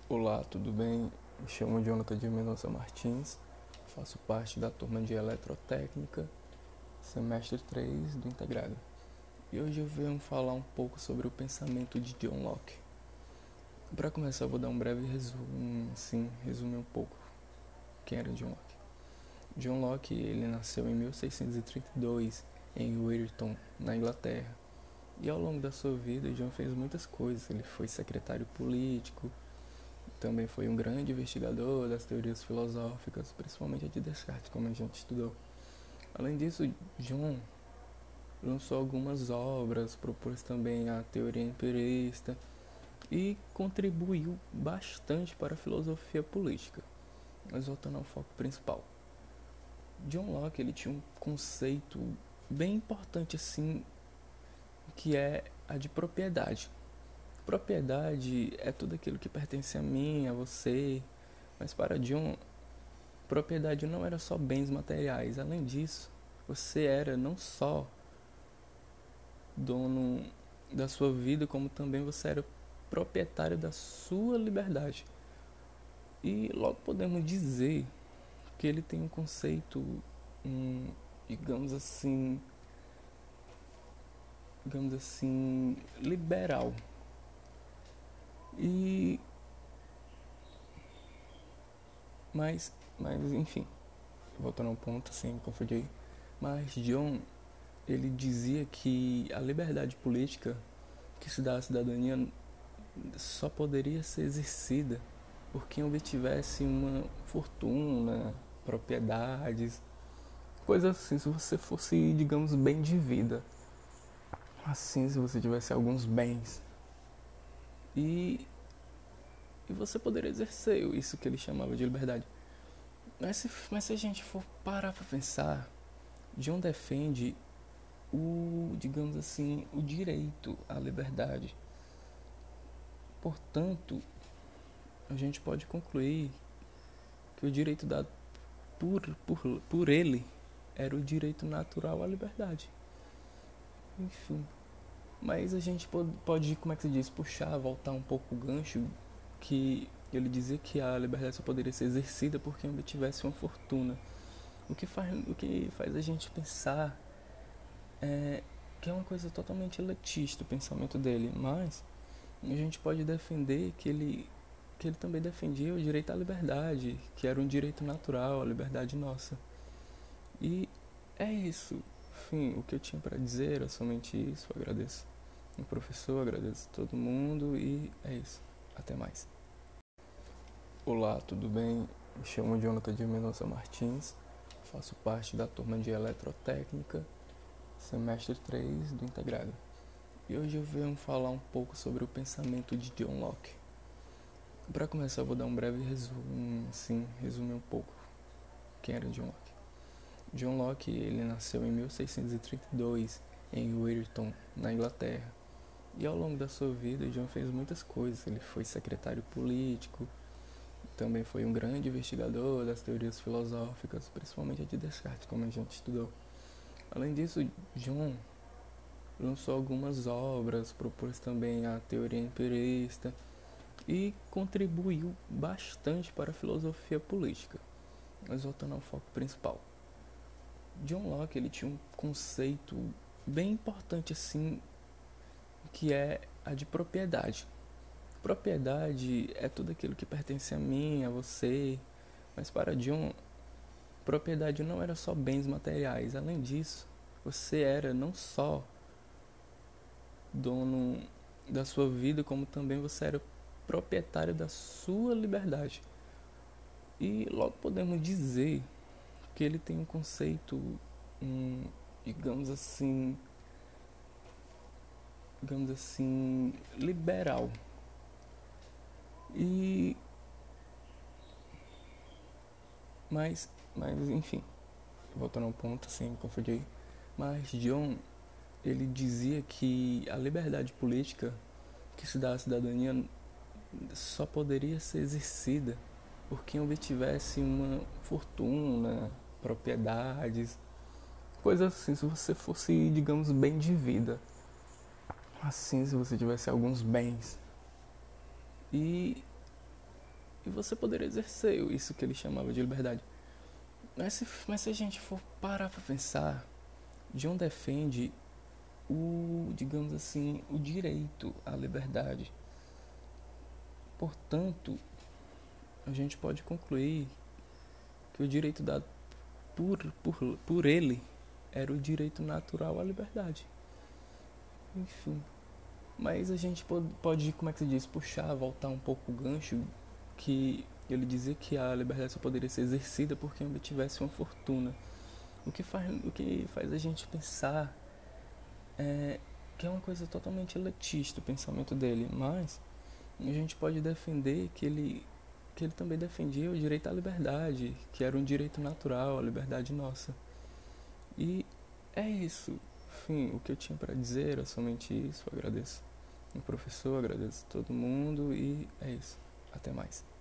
Olá, tudo bem? Me chamo Jonathan de Mendonça Martins, faço parte da turma de Eletrotécnica, semestre 3 do Integrado. E hoje eu venho falar um pouco sobre o pensamento de John Locke. Para começar, eu vou dar um breve resumo, resumir um pouco quem era John Locke. John Locke, ele nasceu em 1632 em Wyerton, na Inglaterra. E ao longo da sua vida, John fez muitas coisas. Ele foi secretário político, também foi um grande investigador das teorias filosóficas, principalmente a de Descartes, como a gente estudou. Além disso, John lançou algumas obras, propôs também a teoria empirista e contribuiu bastante para a filosofia política. Mas voltando ao foco principal. John Locke, ele tinha um conceito bem importante assim, que é a de propriedade. Propriedade é tudo aquilo que pertence a mim, a você, mas para John, propriedade não era só bens materiais. Além disso, você era não só dono da sua vida, como também você era proprietário da sua liberdade. E logo podemos dizer que ele tem um conceito, digamos assim, liberal. E mas enfim, voltando ao ponto, assim, me confundi. Mas John, ele dizia que a liberdade política que se dá à cidadania só poderia ser exercida por quem obtivesse uma fortuna, propriedades, coisas assim, se você fosse, digamos, bem de vida. Assim, se você tivesse alguns bens. E, e você poderia exercer isso que ele chamava de liberdade. Mas se a gente for parar para pensar, John defende digamos assim, o direito à liberdade. Portanto, a gente pode concluir que o direito dado por ele era o direito natural à liberdade. Enfim, mas a gente pode, como é que se diz, puxar, voltar um pouco o gancho, que ele dizia que a liberdade só poderia ser exercida por quem obtivesse uma fortuna. O que faz a gente pensar que é uma coisa totalmente elitista o pensamento dele, mas a gente pode defender que ele também defendia o direito à liberdade, que era um direito natural, a liberdade nossa. E é isso. Enfim, o que eu tinha para dizer era somente isso. Eu agradeço o professor, agradeço todo mundo e é isso. Até mais. Olá, tudo bem? Me chamo Jonathan de Mendonça Martins, faço parte da turma de Eletrotécnica, semestre 3 do Integrado. E hoje eu venho falar um pouco sobre o pensamento de John Locke. Para começar, eu vou dar um breve resumo, resumir um pouco quem era John Locke. John Locke, ele nasceu em 1632 em Wyerton, na Inglaterra. E ao longo da sua vida, John fez muitas coisas. Ele foi secretário político, também foi um grande investigador das teorias filosóficas, principalmente a de Descartes, como a gente estudou. Além disso, John lançou algumas obras, propôs também a teoria empirista e contribuiu bastante para a filosofia política. Mas voltando ao foco principal. John Locke, ele tinha um conceito bem importante assim, que é a de propriedade. Propriedade é tudo aquilo que pertence a mim, a você, mas para John, propriedade não era só bens materiais. Além disso, você era não só dono da sua vida, como também você era proprietário da sua liberdade. E logo podemos dizer que ele tem um conceito, digamos assim, liberal. E mas enfim, voltando ao ponto, assim, me confundi. Mas John, ele dizia que a liberdade política que se dá à cidadania só poderia ser exercida por quem obtivesse uma fortuna, propriedades, coisas assim, se você fosse, digamos, bem de vida. Assim, se você tivesse alguns bens. E, e você poder exercer isso que ele chamava de liberdade. Mas se a gente for parar para pensar, John defende digamos assim, o direito à liberdade. Portanto, a gente pode concluir que o direito dado por ele era o direito natural à liberdade. Enfim. Mas a gente pode, como é que se diz, puxar, voltar um pouco o gancho, que ele dizia que a liberdade só poderia ser exercida por quem obtivesse uma fortuna. O que faz a gente pensar que é uma coisa totalmente elitista o pensamento dele, mas a gente pode defender que ele também defendia o direito à liberdade, que era um direito natural, a liberdade nossa. E é isso. Enfim, o que eu tinha para dizer era somente isso. Eu agradeço o professor, agradeço todo mundo e é isso. Até mais.